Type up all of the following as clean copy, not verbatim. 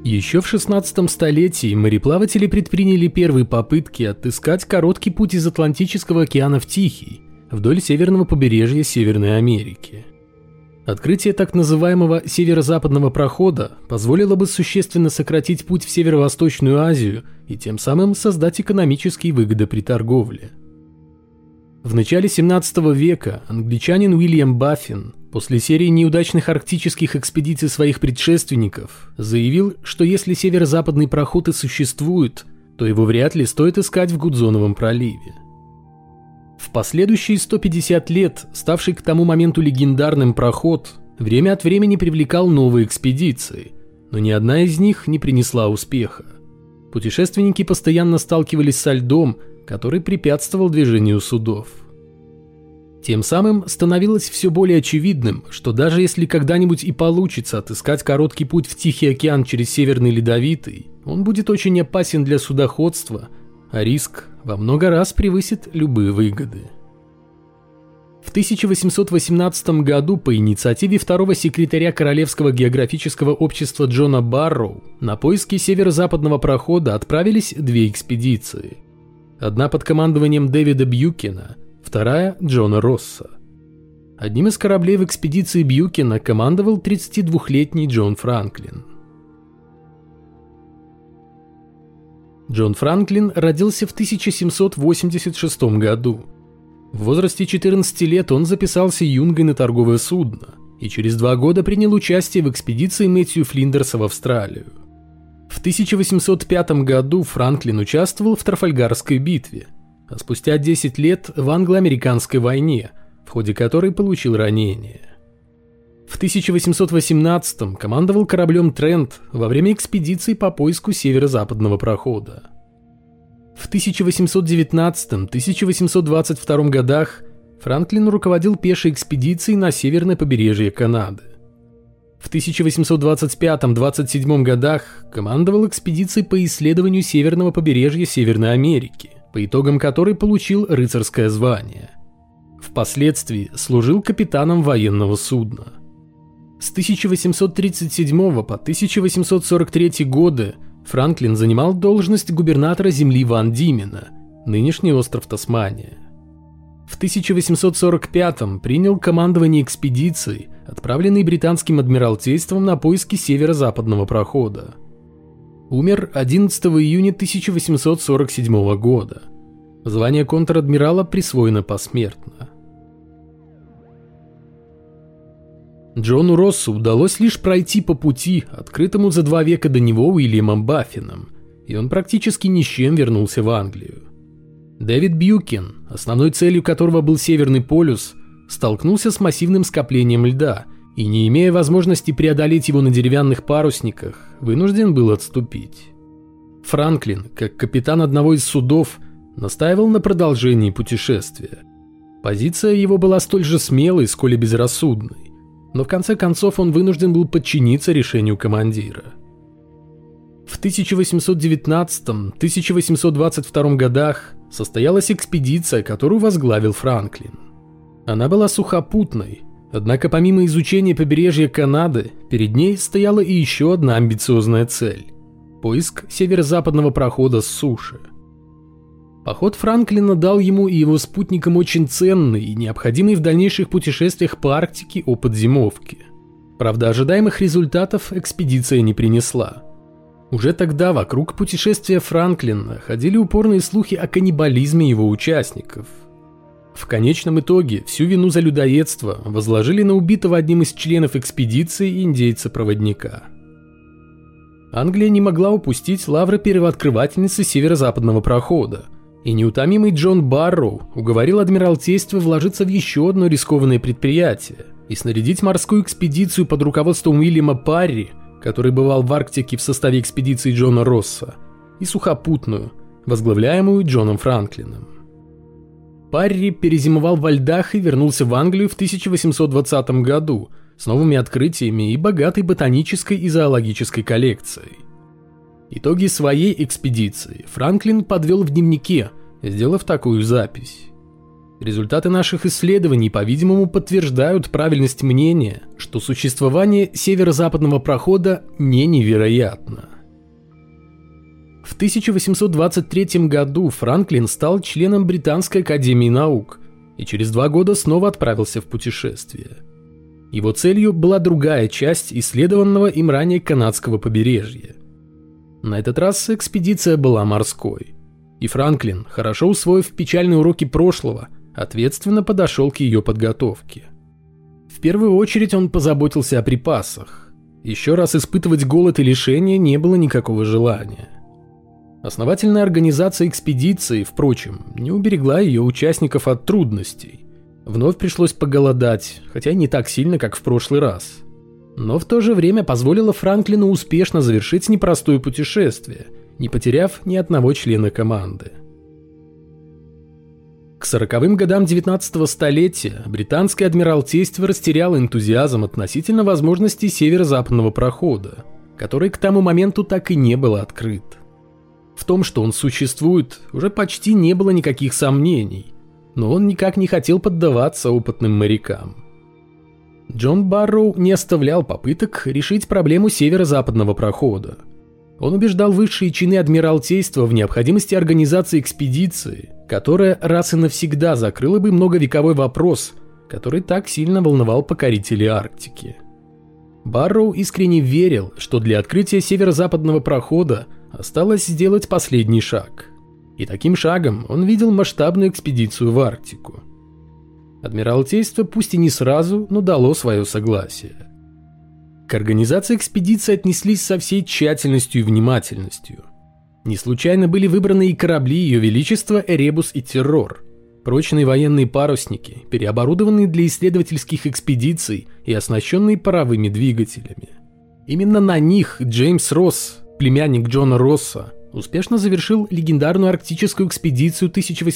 Еще в 16 столетии мореплаватели предприняли первые попытки отыскать короткий путь из Атлантического океана в Тихий, вдоль северного побережья Северной Америки. Открытие так называемого северо-западного прохода позволило бы существенно сократить путь в Северо-Восточную Азию и тем самым создать экономические выгоды при торговле. В начале 17 века англичанин Уильям Баффин после серии неудачных арктических экспедиций своих предшественников заявил, что если северо-западный проход и существует, то его вряд ли стоит искать в Гудзоновом проливе. В последующие 150 лет, ставший к тому моменту легендарным проход, время от времени привлекал новые экспедиции, но ни одна из них не принесла успеха. Путешественники постоянно сталкивались со льдом, который препятствовал движению судов. Тем самым становилось все более очевидным, что даже если когда-нибудь и получится отыскать короткий путь в Тихий океан через Северный Ледовитый, он будет очень опасен для судоходства, а риск во много раз превысит любые выгоды. В 1818 году по инициативе второго секретаря Королевского географического общества Джона Барроу на поиски северо-западного прохода отправились две экспедиции. Одна под командованием Дэвида Бьюкена, вторая – Джона Росса. Одним из кораблей в экспедиции Бьюкена командовал 32-летний Джон Франклин. Джон Франклин родился в 1786 году. В возрасте 14 лет он записался юнгой на торговое судно и через 2 года принял участие в экспедиции Мэтью Флиндерса в Австралию. В 1805 году Франклин участвовал в Трафальгарской битве, а спустя 10 лет в англо-американской войне, в ходе которой получил ранение. В 1818 командовал кораблем «Трент» во время экспедиции по поиску северо-западного прохода. В 1819-1822 годах Франклин руководил пешей экспедицией на северное побережье Канады. В 1825-27 годах командовал экспедицией по исследованию северного побережья Северной Америки, по итогам которой получил рыцарское звание. Впоследствии служил капитаном военного судна. С 1837 по 1843 годы Франклин занимал должность губернатора земли Ван Димена, нынешний остров Тасмания. В 1845 принял командование экспедицией, отправленной британским адмиралтейством на поиски северо-западного прохода. Умер 11 июня 1847 года. Звание контр-адмирала присвоено посмертно. Джону Россу удалось лишь пройти по пути, открытому за 2 века до него Уильямом Баффином, и он практически ни с чем вернулся в Англию. Дэвид Бьюкен, основной целью которого был Северный полюс, столкнулся с массивным скоплением льда и, не имея возможности преодолеть его на деревянных парусниках, вынужден был отступить. Франклин, как капитан одного из судов, настаивал на продолжении путешествия. Позиция его была столь же смелой, сколь и безрассудной, но в конце концов он вынужден был подчиниться решению командира. В 1819-1822 годах состоялась экспедиция, которую возглавил Франклин. Она была сухопутной, однако помимо изучения побережья Канады, перед ней стояла и еще одна амбициозная цель – поиск северо-западного прохода с суши. Поход Франклина дал ему и его спутникам очень ценный и необходимый в дальнейших путешествиях по Арктике опыт зимовки. Правда, ожидаемых результатов экспедиция не принесла. Уже тогда вокруг путешествия Франклина ходили упорные слухи о каннибализме его участников. В конечном итоге всю вину за людоедство возложили на убитого одним из членов экспедиции индейца-проводника. Англия не могла упустить лавры первооткрывательницы северо-западного прохода, и неутомимый Джон Барроу уговорил Адмиралтейство вложиться в еще одно рискованное предприятие и снарядить морскую экспедицию под руководством Уильяма Парри, который бывал в Арктике в составе экспедиции Джона Росса, и сухопутную, возглавляемую Джоном Франклином. Парри перезимовал во льдах и вернулся в Англию в 1820 году с новыми открытиями и богатой ботанической и зоологической коллекцией. Итоги своей экспедиции Франклин подвел в дневнике, сделав такую запись. Результаты наших исследований, по-видимому, подтверждают правильность мнения, что существование северо-западного прохода не невероятно. В 1823 году Франклин стал членом Британской академии наук и через 2 года снова отправился в путешествие. Его целью была другая часть исследованного им ранее канадского побережья. На этот раз экспедиция была морской, и Франклин, хорошо усвоив печальные уроки прошлого, ответственно подошел к ее подготовке. В первую очередь он позаботился о припасах. Еще раз испытывать голод и лишение не было никакого желания. Основательная организация экспедиции, впрочем, не уберегла ее участников от трудностей. Вновь пришлось поголодать, хотя не так сильно, как в прошлый раз. Но в то же время позволила Франклину успешно завершить непростое путешествие, не потеряв ни одного члена команды. К 40-м годам 19-го столетия британское адмиралтейство растеряло энтузиазм относительно возможностей северо-западного прохода, который к тому моменту так и не был открыт. В том, что он существует, уже почти не было никаких сомнений, но он никак не хотел поддаваться опытным морякам. Джон Барроу не оставлял попыток решить проблему северо-западного прохода. Он убеждал высшие чины адмиралтейства в необходимости организации экспедиции, которая раз и навсегда закрыла бы многовековой вопрос, который так сильно волновал покорителей Арктики. Барроу искренне верил, что для открытия северо-западного прохода осталось сделать последний шаг. И таким шагом он видел масштабную экспедицию в Арктику. Адмиралтейство пусть и не сразу, но дало свое согласие. К организации экспедиции отнеслись со всей тщательностью и внимательностью. Не случайно были выбраны и корабли Ее Величества Эребус и Террор, прочные военные парусники, переоборудованные для исследовательских экспедиций и оснащенные паровыми двигателями. Именно на них Джеймс Росс, племянник Джона Росса, успешно завершил легендарную арктическую экспедицию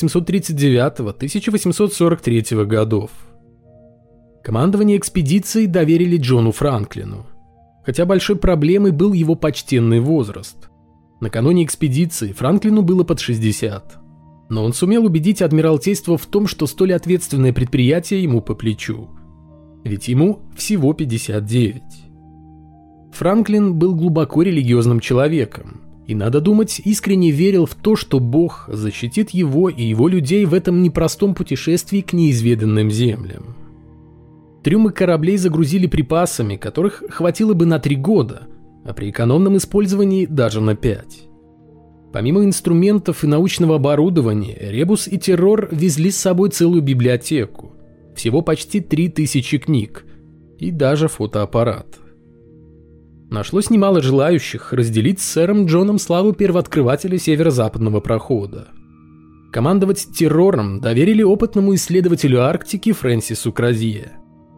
1839-1843 годов. Командование экспедицией доверили Джону Франклину, хотя большой проблемой был его почтенный возраст. Накануне экспедиции Франклину было под 60, но он сумел убедить Адмиралтейство в том, что столь ответственное предприятие ему по плечу, ведь ему всего 59. Франклин был глубоко религиозным человеком, и, надо думать, искренне верил в то, что Бог защитит его и его людей в этом непростом путешествии к неизведанным землям. Трюмы кораблей загрузили припасами, которых хватило бы на 3 года, а при экономном использовании даже на 5. Помимо инструментов и научного оборудования, Ребус и Террор везли с собой целую библиотеку, всего почти 3000 книг и даже фотоаппарат. Нашлось немало желающих разделить с сэром Джоном славу первооткрывателя северо-западного прохода. Командовать Террором доверили опытному исследователю Арктики Фрэнсису Кразье.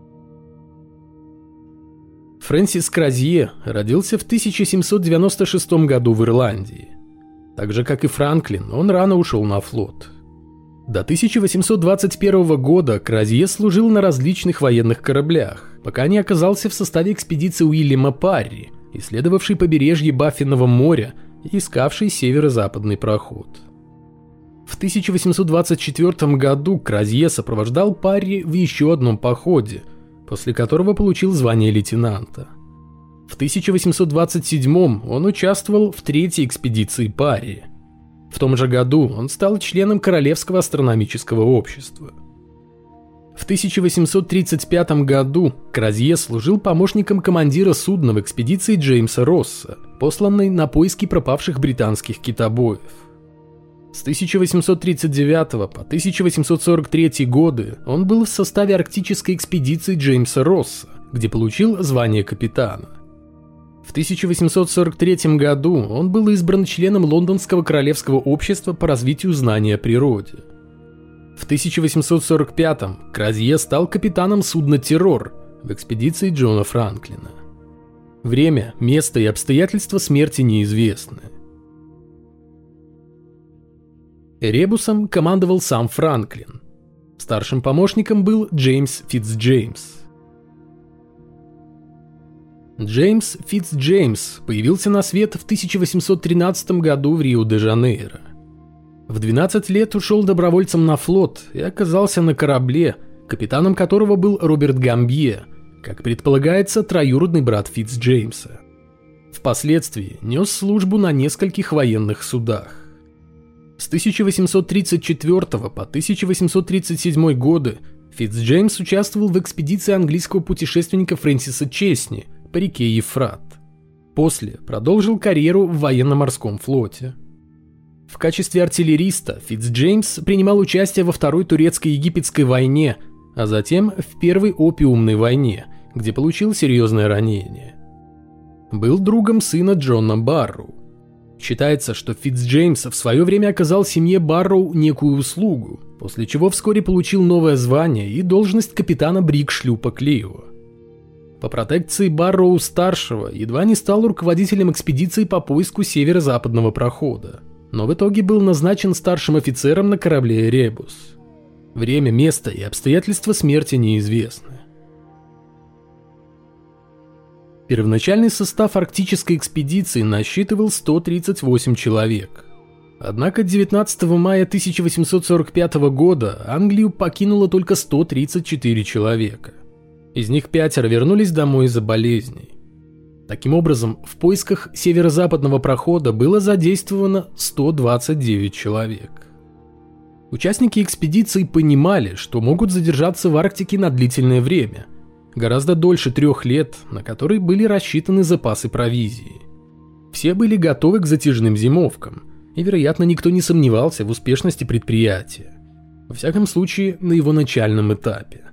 Фрэнсис Кразье родился в 1796 году в Ирландии. Так же, как и Франклин, он рано ушел на флот. До 1821 года Кразье служил на различных военных кораблях, пока не оказался в составе экспедиции Уильяма Парри, исследовавшей побережье Баффинного моря и искавшей северо-западный проход. В 1824 году Кразье сопровождал Парри в еще одном походе, после которого получил звание лейтенанта. В 1827 он участвовал в 3-й экспедиции Парри. В том же году он стал членом Королевского астрономического общества. В 1835 году Кразье служил помощником командира судна в экспедиции Джеймса Росса, посланной на поиски пропавших британских китобоев. С 1839 по 1843 годы он был в составе арктической экспедиции Джеймса Росса, где получил звание капитана. В 1843 году он был избран членом Лондонского королевского общества по развитию знаний о природе. В 1845 Кразье стал капитаном судна «Террор» в экспедиции Джона Франклина. Время, место и обстоятельства смерти неизвестны. Эребусом командовал сам Франклин. Старшим помощником был Джеймс Фитцджеймс. Джеймс Фитцджеймс появился на свет в 1813 году в Рио-де-Жанейро. В 12 лет ушел добровольцем на флот и оказался на корабле, капитаном которого был Роберт Гамбье, как предполагается, троюродный брат Фитцджеймса. В впоследствии нес службу на нескольких военных судах. С 1834 по 1837 годы Фицджеймс участвовал в экспедиции английского путешественника Фрэнсиса Честни по реке Ефрат. После продолжил карьеру в военно-морском флоте. В качестве артиллериста Фицджеймс принимал участие во Второй турецко-египетской войне, а затем в Первой опиумной войне, где получил серьезное ранение. Был другом сына Джона Барроу. Считается, что Фицджеймс в свое время оказал семье Барроу некую услугу, после чего вскоре получил новое звание и должность капитана бриг-шлюпа Клио. По протекции Барроу-старшего едва не стал руководителем экспедиции по поиску северо-западного прохода, но в итоге был назначен старшим офицером на корабле «Ребус». Время, место и обстоятельства смерти неизвестны. Первоначальный состав арктической экспедиции насчитывал 138 человек. Однако 19 мая 1845 года Англию покинуло только 134 человека. Из них 5 вернулись домой из-за болезней. Таким образом, в поисках северо-западного прохода было задействовано 129 человек. Участники экспедиции понимали, что могут задержаться в Арктике на длительное время, гораздо дольше 3 лет, на которые были рассчитаны запасы провизии. Все были готовы к затяжным зимовкам, и, вероятно, никто не сомневался в успешности предприятия. Во всяком случае, на его начальном этапе.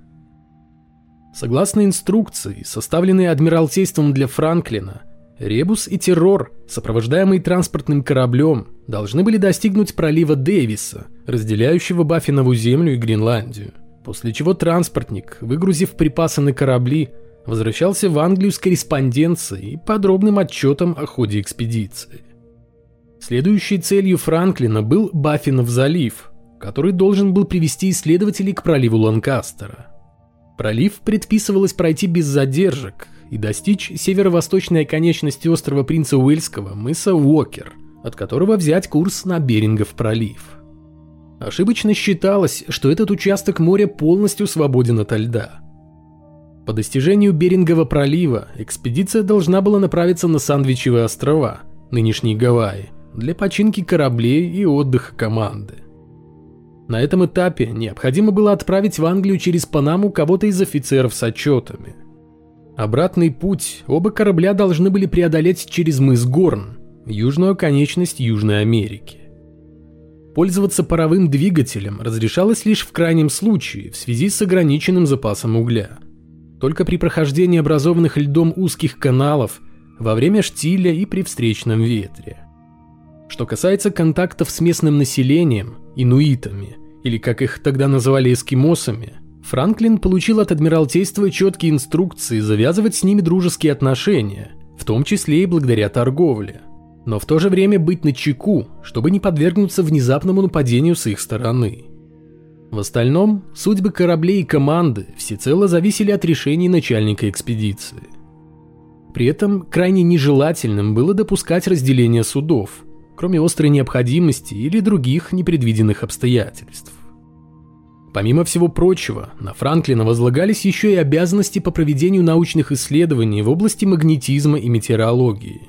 Согласно инструкции, составленной Адмиралтейством для Франклина, Ребус и Террор, сопровождаемые транспортным кораблем, должны были достигнуть пролива Дэвиса, разделяющего Баффинову землю и Гренландию, после чего транспортник, выгрузив припасы на корабли, возвращался в Англию с корреспонденцией и подробным отчетом о ходе экспедиции. Следующей целью Франклина был Баффинов залив, который должен был привести исследователей к проливу Ланкастера. Пролив предписывалось пройти без задержек и достичь северо-восточной оконечности острова Принца Уэльского, мыса Уокер, от которого взять курс на Берингов пролив. Ошибочно считалось, что этот участок моря полностью свободен ото льда. По достижению Берингова пролива экспедиция должна была направиться на Сандвичевые острова, нынешние Гавайи, для починки кораблей и отдыха команды. На этом этапе необходимо было отправить в Англию через Панаму кого-то из офицеров с отчетами. Обратный путь оба корабля должны были преодолеть через мыс Горн, южную оконечность Южной Америки. Пользоваться паровым двигателем разрешалось лишь в крайнем случае в связи с ограниченным запасом угля. Только при прохождении образованных льдом узких каналов, во время штиля и при встречном ветре. Что касается контактов с местным населением, инуитами, или как их тогда называли эскимосами, Франклин получил от Адмиралтейства четкие инструкции завязывать с ними дружеские отношения, в том числе и благодаря торговле, но в то же время быть начеку, чтобы не подвергнуться внезапному нападению с их стороны. В остальном, судьбы кораблей и команды всецело зависели от решений начальника экспедиции. При этом крайне нежелательным было допускать разделение судов, кроме острой необходимости или других непредвиденных обстоятельств. Помимо всего прочего, на Франклина возлагались еще и обязанности по проведению научных исследований в области магнетизма и метеорологии.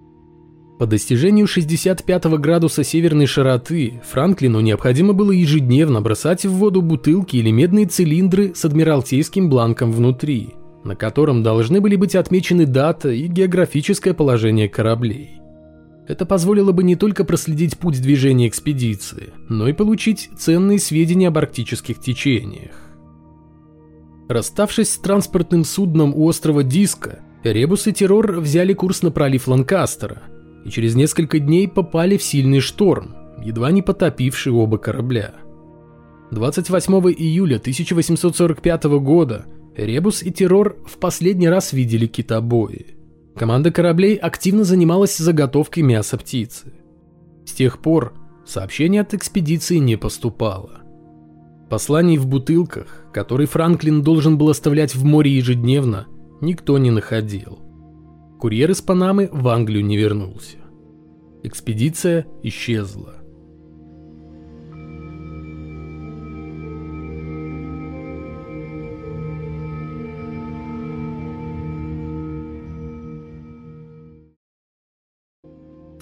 По достижению 65 градуса северной широты Франклину необходимо было ежедневно бросать в воду бутылки или медные цилиндры с адмиралтейским бланком внутри, на котором должны были быть отмечены дата и географическое положение кораблей. Это позволило бы не только проследить путь движения экспедиции, но и получить ценные сведения об арктических течениях. Расставшись с транспортным судном у острова Диска, Ребус и Террор взяли курс на пролив Ланкастера и через несколько дней попали в сильный шторм, едва не потопивший оба корабля. 28 июля 1845 года Ребус и Террор в последний раз видели китобои. Команда кораблей активно занималась заготовкой мяса птицы. С тех пор сообщений от экспедиции не поступало. Посланий в бутылках, которые Франклин должен был оставлять в море ежедневно, никто не находил. Курьер из Панамы в Англию не вернулся. Экспедиция исчезла.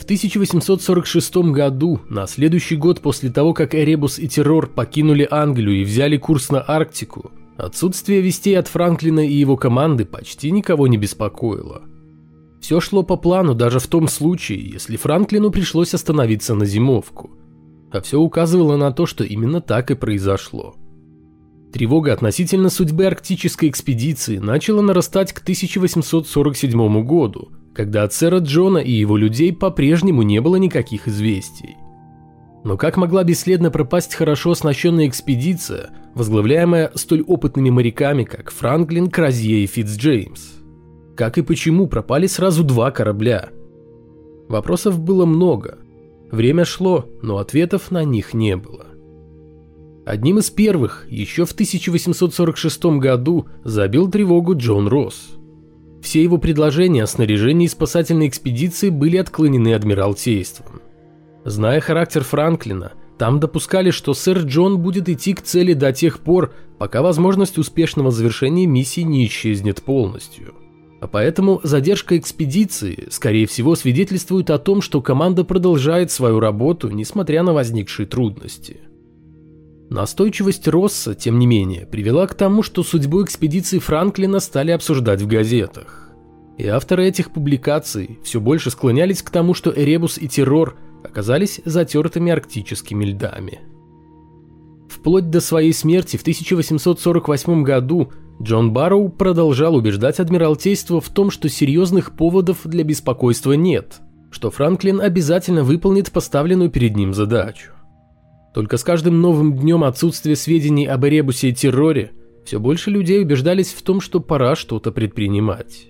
1846 году, на следующий год после того, как Эребус и Террор покинули Англию и взяли курс на Арктику, отсутствие вестей от Франклина и его команды почти никого не беспокоило. Все шло по плану даже в том случае, если Франклину пришлось остановиться на зимовку. А все указывало на то, что именно так и произошло. Тревога относительно судьбы арктической экспедиции начала нарастать к 1847 году, когда от сэра Джона и его людей по-прежнему не было никаких известий. Но как могла бесследно пропасть хорошо оснащенная экспедиция, возглавляемая столь опытными моряками, как Франклин, Кразье и Фицджеймс? Как и почему пропали сразу 2 корабля? Вопросов было много. Время шло, но ответов на них не было. Одним из первых, еще в 1846 году, забил тревогу Джон Росс. Все его предложения о снаряжении спасательной экспедиции были отклонены Адмиралтейством. Зная характер Франклина, там допускали, что сэр Джон будет идти к цели до тех пор, пока возможность успешного завершения миссии не исчезнет полностью. А поэтому задержка экспедиции, скорее всего, свидетельствует о том, что команда продолжает свою работу, несмотря на возникшие трудности. Настойчивость Росса, тем не менее, привела к тому, что судьбу экспедиции Франклина стали обсуждать в газетах. И авторы этих публикаций все больше склонялись к тому, что Эребус и Террор оказались затертыми арктическими льдами. Вплоть до своей смерти в 1848 году Джон Барроу продолжал убеждать Адмиралтейство в том, что серьезных поводов для беспокойства нет, что Франклин обязательно выполнит поставленную перед ним задачу. Только с каждым новым днем отсутствия сведений об Эребусе и Терроре все больше людей убеждались в том, что пора что-то предпринимать.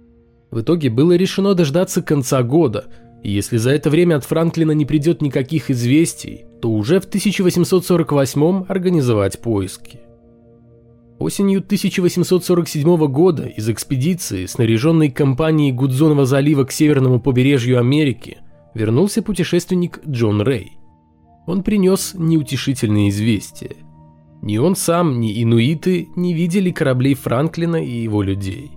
В итоге было решено дождаться конца года, и если за это время от Франклина не придет никаких известий, то уже в 1848 организовать поиски. Осенью 1847 года из экспедиции, снаряженной компанией Гудзонова залива к северному побережью Америки, вернулся путешественник Джон Рэй. Он принес неутешительные известия. Ни он сам, ни инуиты не видели кораблей Франклина и его людей.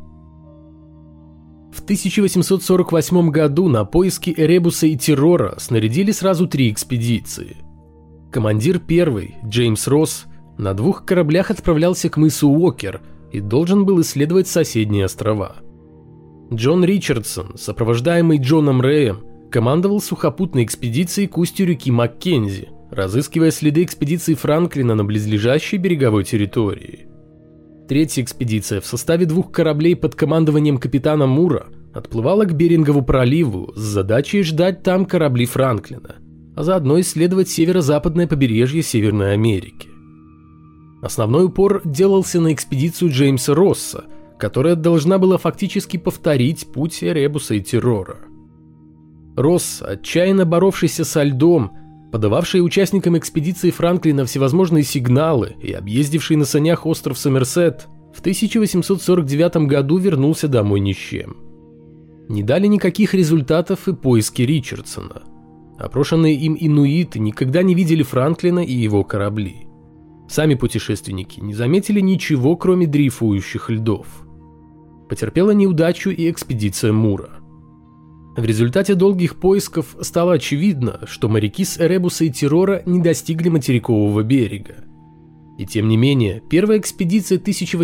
В 1848 году на поиски Эребуса и Террора снарядили сразу 3 экспедиции. Командир первой, Джеймс Росс, на 2 кораблях отправлялся к мысу Уокер и должен был исследовать соседние острова. Джон Ричардсон, сопровождаемый Джоном Рэем, командовал сухопутной экспедицией к устью реки Маккензи, разыскивая следы экспедиции Франклина на близлежащей береговой территории. Третья экспедиция в составе 2 кораблей под командованием капитана Мура отплывала к Берингову проливу с задачей ждать там корабли Франклина, а заодно исследовать северо-западное побережье Северной Америки. Основной упор делался на экспедицию Джеймса Росса, которая должна была фактически повторить путь Эребуса и Террора. Росс, отчаянно боровшийся со льдом, подававший участникам экспедиции Франклина всевозможные сигналы и объездивший на санях остров Сомерсет, в 1849 году вернулся домой ни с чем. Не дали никаких результатов и поиски Ричардсона. Опрошенные им инуиты никогда не видели Франклина и его корабли. Сами путешественники не заметили ничего, кроме дрейфующих льдов. Потерпела неудачу и экспедиция Мура. В результате долгих поисков стало очевидно, что моряки с Эребуса и Террора не достигли материкового берега. И тем не менее, первая экспедиция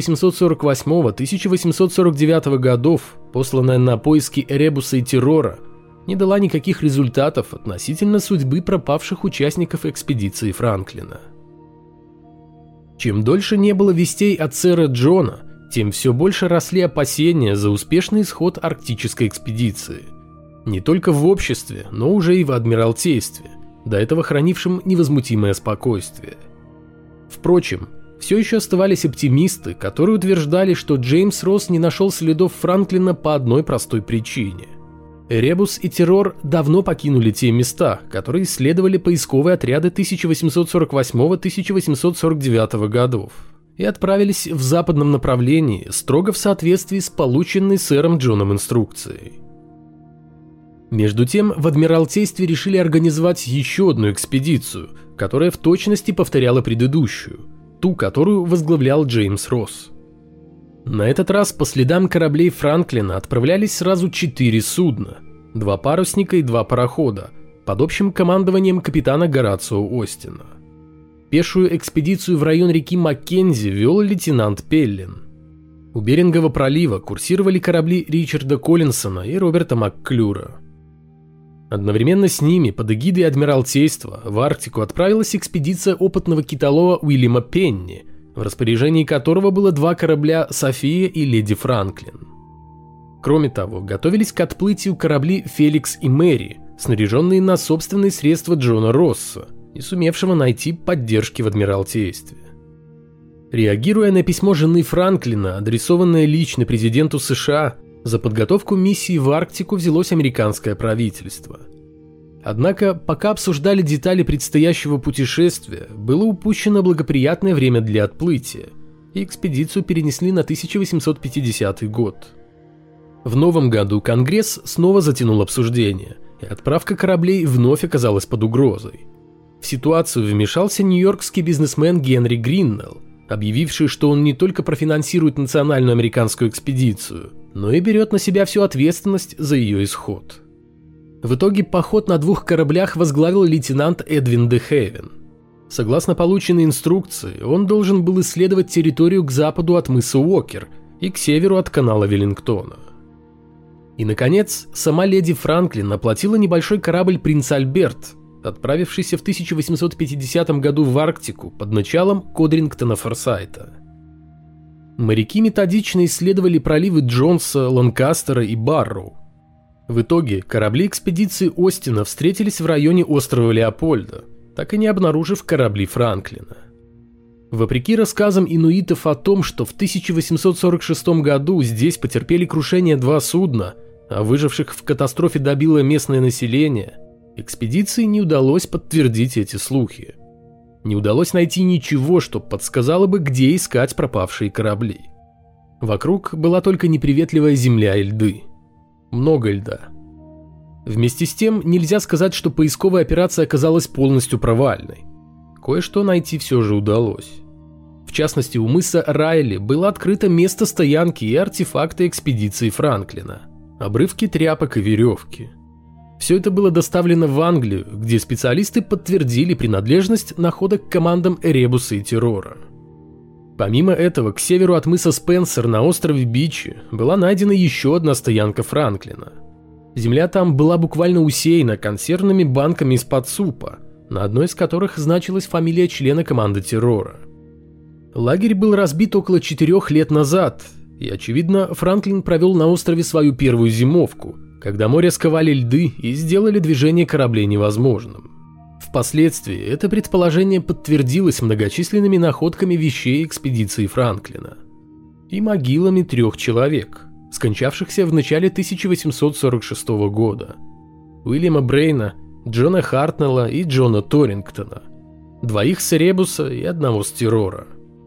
1848-1849 годов, посланная на поиски Эребуса и Террора, не дала никаких результатов относительно судьбы пропавших участников экспедиции Франклина. Чем дольше не было вестей от сэра Джона, тем все больше росли опасения за успешный исход арктической экспедиции. Не только в обществе, но уже и в Адмиралтействе, до этого хранившем невозмутимое спокойствие. Впрочем, все еще оставались оптимисты, которые утверждали, что Джеймс Росс не нашел следов Франклина по одной простой причине. Эребус и Террор давно покинули те места, которые исследовали поисковые отряды 1848-1849 годов, и отправились в западном направлении строго в соответствии с полученной сэром Джоном инструкцией. Между тем, в Адмиралтействе решили организовать еще одну экспедицию, которая в точности повторяла предыдущую, ту, которую возглавлял Джеймс Росс. На этот раз по следам кораблей Франклина отправлялись сразу 4 судна, 2 парусника и 2 парохода под общим командованием капитана Горацио Остина. Пешую экспедицию в район реки Маккензи вел лейтенант Пеллин. У Берингового пролива курсировали корабли Ричарда Коллинсона и Роберта МакКлюра. Одновременно с ними под эгидой Адмиралтейства в Арктику отправилась экспедиция опытного китолова Уильяма Пенни, в распоряжении которого было 2 корабля «София» и «Леди Франклин». Кроме того, готовились к отплытию корабли «Феликс» и «Мэри», снаряженные на собственные средства Джона Росса, не сумевшего найти поддержки в Адмиралтействе. Реагируя на письмо жены Франклина, адресованное лично президенту США, за подготовку миссии в Арктику взялось американское правительство. Однако, пока обсуждали детали предстоящего путешествия, было упущено благоприятное время для отплытия, и экспедицию перенесли на 1850 год. В новом году Конгресс снова затянул обсуждение, и отправка кораблей вновь оказалась под угрозой. В ситуацию вмешался нью-йоркский бизнесмен Генри Гриннелл, объявивший, что он не только профинансирует национальную американскую экспедицию, но и берет на себя всю ответственность за ее исход. В итоге поход на 2 кораблях возглавил лейтенант Эдвин де Хейвен. Согласно полученной инструкции, он должен был исследовать территорию к западу от мыса Уокер и к северу от канала Веллингтона. И, наконец, сама леди Франклин оплатила небольшой корабль «Принц Альберт», отправившийся в 1850 году в Арктику под началом Кодрингтона Форсайта. Моряки методично исследовали проливы Джонса, Ланкастера и Барроу. В итоге корабли экспедиции Остина встретились в районе острова Леопольда, так и не обнаружив корабли Франклина. Вопреки рассказам инуитов о том, что в 1846 году здесь потерпели крушение 2 судна, а выживших в катастрофе добило местное население, экспедиции не удалось подтвердить эти слухи. Не удалось найти ничего, что подсказало бы, где искать пропавшие корабли. Вокруг была только неприветливая земля и льды. Много льда. Вместе с тем, нельзя сказать, что поисковая операция оказалась полностью провальной. Кое-что найти все же удалось. В частности, у мыса Райли было открыто место стоянки и артефакты экспедиции Франклина. Обрывки тряпок и веревки. Все это было доставлено в Англию, где специалисты подтвердили принадлежность находок к командам Эребуса и Террора. Помимо этого, к северу от мыса Спенсер на острове Бичи была найдена еще одна стоянка Франклина. Земля там была буквально усеяна консервными банками из-под супа, на одной из которых значилась фамилия члена команды Террора. Лагерь был разбит около 4 лет назад, и, очевидно, Франклин провел на острове свою первую зимовку, когда море сковали льды и сделали движение кораблей невозможным. Впоследствии это предположение подтвердилось многочисленными находками вещей экспедиции Франклина и могилами 3 человек, скончавшихся в начале 1846 года: Уильяма Брейна, Джона Хартнелла и Джона Торрингтона, 2 с Эребуса и 1 с Террора.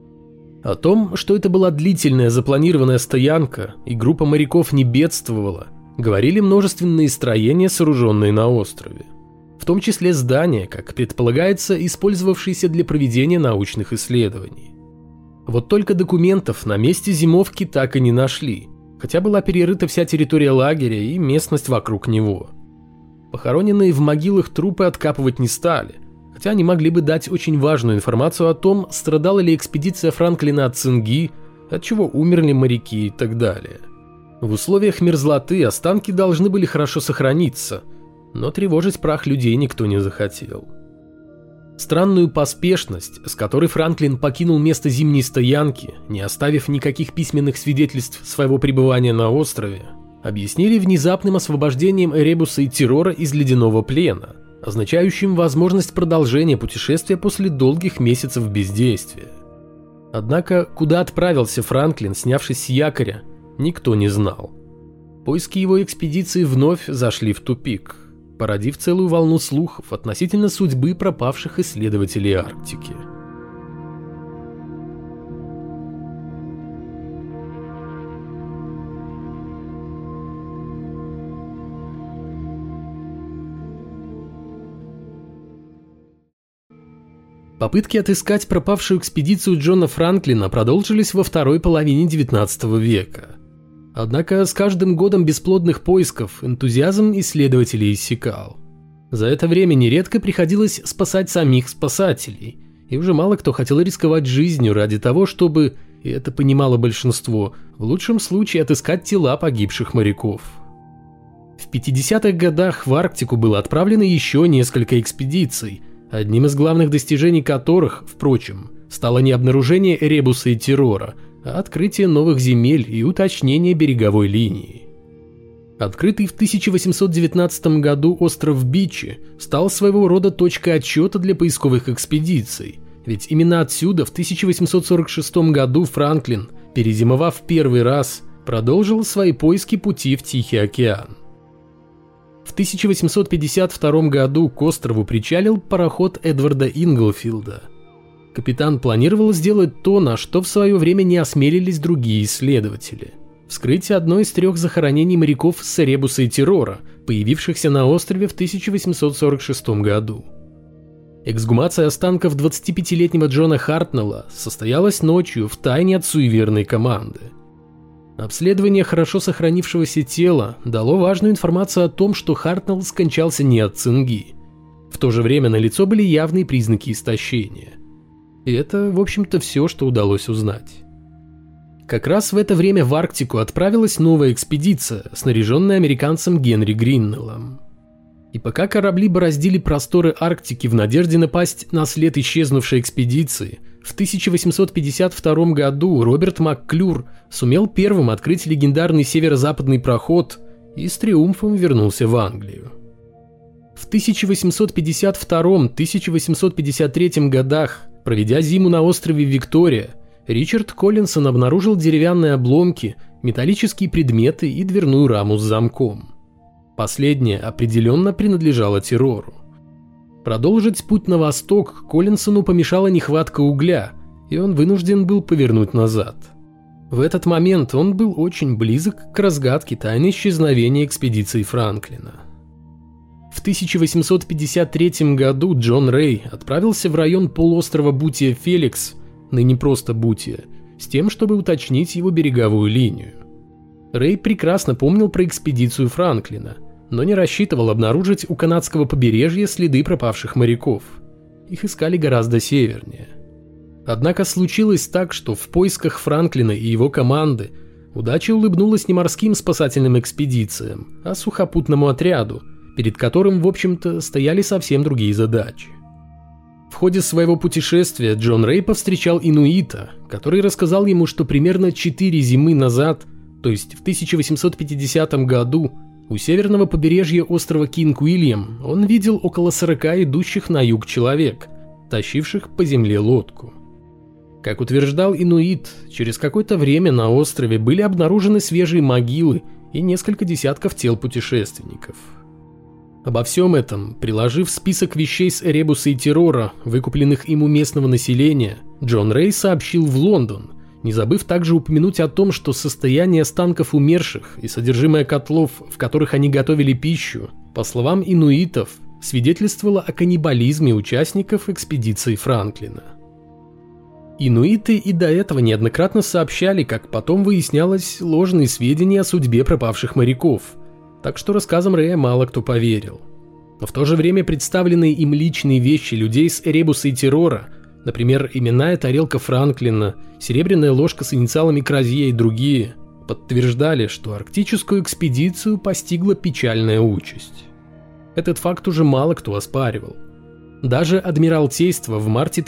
О том, что это была длительная запланированная стоянка и группа моряков не бедствовала, говорили множественные строения, сооруженные на острове, в том числе здания, как предполагается, использовавшиеся для проведения научных исследований. Вот только документов на месте зимовки так и не нашли, хотя была перерыта вся территория лагеря и местность вокруг него. Похороненные в могилах трупы откапывать не стали, хотя они могли бы дать очень важную информацию о том, страдала ли экспедиция Франклина от цинги, от чего умерли моряки и так далее. В условиях мерзлоты останки должны были хорошо сохраниться, но тревожить прах людей никто не захотел. Странную поспешность, с которой Франклин покинул место зимней стоянки, не оставив никаких письменных свидетельств своего пребывания на острове, объяснили внезапным освобождением Эребуса и Террора из ледяного плена, означающим возможность продолжения путешествия после долгих месяцев бездействия. Однако, куда отправился Франклин, снявшись с якоря, никто не знал. Поиски его экспедиции вновь зашли в тупик, породив целую волну слухов относительно судьбы пропавших исследователей Арктики. Попытки отыскать пропавшую экспедицию Джона Франклина продолжились во второй половине XIX века. Однако с каждым годом бесплодных поисков энтузиазм исследователей иссякал. За это время нередко приходилось спасать самих спасателей, и уже мало кто хотел рисковать жизнью ради того, чтобы, и это понимало большинство, в лучшем случае отыскать тела погибших моряков. В 50-х годах в Арктику было отправлено еще несколько экспедиций, одним из главных достижений которых, впрочем, стало не обнаружение Эребуса и Террора, а открытие новых земель и уточнение береговой линии. Открытый в 1819 году остров Бичи стал своего рода точкой отсчета для поисковых экспедиций, ведь именно отсюда в 1846 году Франклин, перезимовав первый раз, продолжил свои поиски пути в Тихий океан. В 1852 году к острову причалил пароход Эдварда Инглфилда. Капитан планировал сделать то, на что в свое время не осмелились другие исследователи – вскрыть одно из 3 захоронений моряков с Эребуса и Террора, появившихся на острове в 1846 году. Эксгумация останков 25-летнего Джона Хартнелла состоялась ночью в тайне от суеверной команды. Обследование хорошо сохранившегося тела дало важную информацию о том, что Хартнелл скончался не от цинги. В то же время налицо были явные признаки истощения. И это, в общем-то, все, что удалось узнать. Как раз в это время в Арктику отправилась новая экспедиция, снаряженная американцем Генри Гриннеллом. И пока корабли бороздили просторы Арктики в надежде напасть на след исчезнувшей экспедиции, в 1852 году Роберт МакКлюр сумел первым открыть легендарный северо-западный проход и с триумфом вернулся в Англию. В 1852-1853 годах, проведя зиму на острове Виктория, Ричард Коллинсон обнаружил деревянные обломки, металлические предметы и дверную раму с замком. Последнее определенно принадлежало Террору. Продолжить путь на восток Коллинсону помешала нехватка угля, и он вынужден был повернуть назад. В этот момент он был очень близок к разгадке тайны исчезновения экспедиции Франклина. В 1853 году Джон Рэй отправился в район полуострова Бутия-Феликс, ныне просто Бутия, с тем, чтобы уточнить его береговую линию. Рэй прекрасно помнил про экспедицию Франклина, но не рассчитывал обнаружить у канадского побережья следы пропавших моряков. Их искали гораздо севернее. Однако случилось так, что в поисках Франклина и его команды удача улыбнулась не морским спасательным экспедициям, а сухопутному отряду, перед которым, в общем-то, стояли совсем другие задачи. В ходе своего путешествия Джон Рэй повстречал инуита, который рассказал ему, что примерно 4 зимы назад, то есть в 1850 году, у северного побережья острова Кинг-Уильям он видел около 40 идущих на юг человек, тащивших по земле лодку. Как утверждал инуит, через какое-то время на острове были обнаружены свежие могилы и несколько десятков тел путешественников. Обо всем этом, приложив список вещей с Эребуса и Террора, выкупленных им у местного населения, Джон Рэй сообщил в Лондон, не забыв также упомянуть о том, что состояние останков умерших и содержимое котлов, в которых они готовили пищу, по словам инуитов, свидетельствовало о каннибализме участников экспедиции Франклина. Инуиты и до этого неоднократно сообщали, как потом выяснялось, ложные сведения о судьбе пропавших моряков, так что рассказам Рэя мало кто поверил. Но в то же время представленные им личные вещи людей с Эребуса и Террора, например, именная тарелка Франклина, серебряная ложка с инициалами Кразье и другие, подтверждали, что арктическую экспедицию постигла печальная участь. Этот факт уже мало кто оспаривал. Даже Адмиралтейство в марте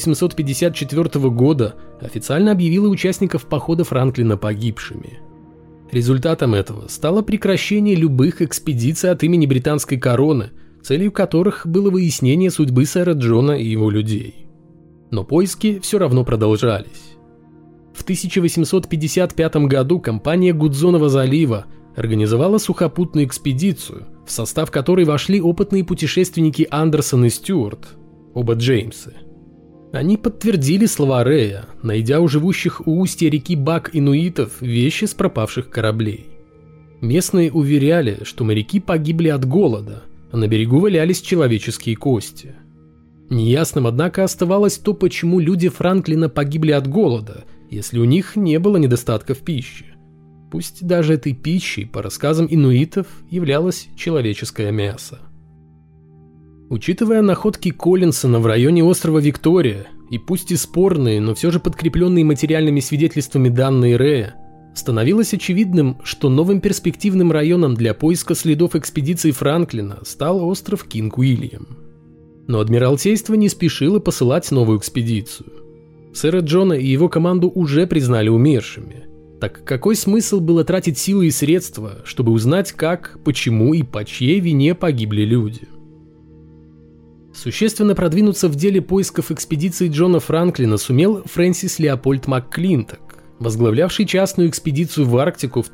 1854 года официально объявило участников похода Франклина погибшими. Результатом этого стало прекращение любых экспедиций от имени британской короны, целью которых было выяснение судьбы сэра Джона и его людей. Но поиски все равно продолжались. В 1855 году компания Гудзонова залива организовала сухопутную экспедицию, в состав которой вошли опытные путешественники Андерсон и Стюарт, оба Джеймсы. Они подтвердили слова Рэя, найдя у живущих у устья реки Бак инуитов вещи с пропавших кораблей. Местные уверяли, что моряки погибли от голода, а на берегу валялись человеческие кости. Неясным, однако, оставалось то, почему люди Франклина погибли от голода, если у них не было недостатка в пище. пусть даже этой пищей, по рассказам инуитов, являлось человеческое мясо. Учитывая находки Коллинсона в районе острова Виктория, и пусть и спорные, но все же подкрепленные материальными свидетельствами данные Рэя, становилось очевидным, что новым перспективным районом для поиска следов экспедиции Франклина стал остров Кинг-Уильям. Но Адмиралтейство не спешило посылать новую экспедицию. Сэра Джона и его команду уже признали умершими. Так какой смысл было тратить силы и средства, чтобы узнать, как, почему и по чьей вине погибли люди? Существенно продвинуться в деле поисков экспедиции Джона Франклина сумел Фрэнсис Леопольд МакКлинток, возглавлявший частную экспедицию в Арктику в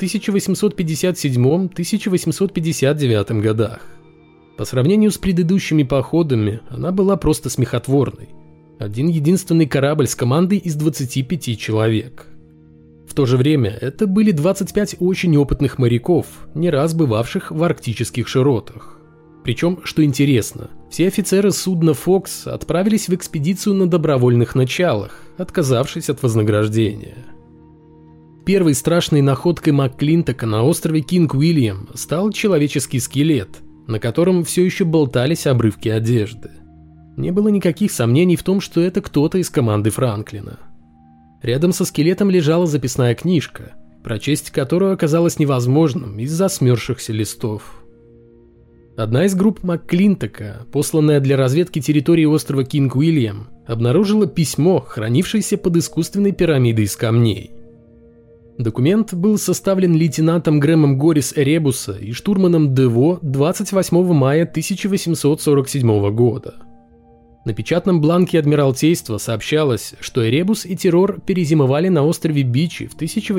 1857-1859 годах. По сравнению с предыдущими походами, она была просто смехотворной. Один-единственный корабль с командой из 25 человек. В то же время это были 25 очень опытных моряков, не раз бывавших в арктических широтах. Причем, что интересно, все офицеры судна «Фокс» отправились в экспедицию на добровольных началах, отказавшись от вознаграждения. Первой страшной находкой МакКлинтока на острове Кинг-Уильям стал человеческий скелет, на котором все еще болтались обрывки одежды. Не было никаких сомнений в том, что это кто-то из команды Франклина. Рядом со скелетом лежала записная книжка, прочесть которую оказалось невозможным из-за смерзшихся листов. Одна из групп МакКлинтока, посланная для разведки территории острова Кинг-Уильям, обнаружила письмо, хранившееся под искусственной пирамидой из камней. Документ был составлен лейтенантом Грэмом Гори с Эребуса и штурманом Дево 28 мая 1847 года. На печатном бланке Адмиралтейства сообщалось, что Эребус и Террор перезимовали на острове Бичи в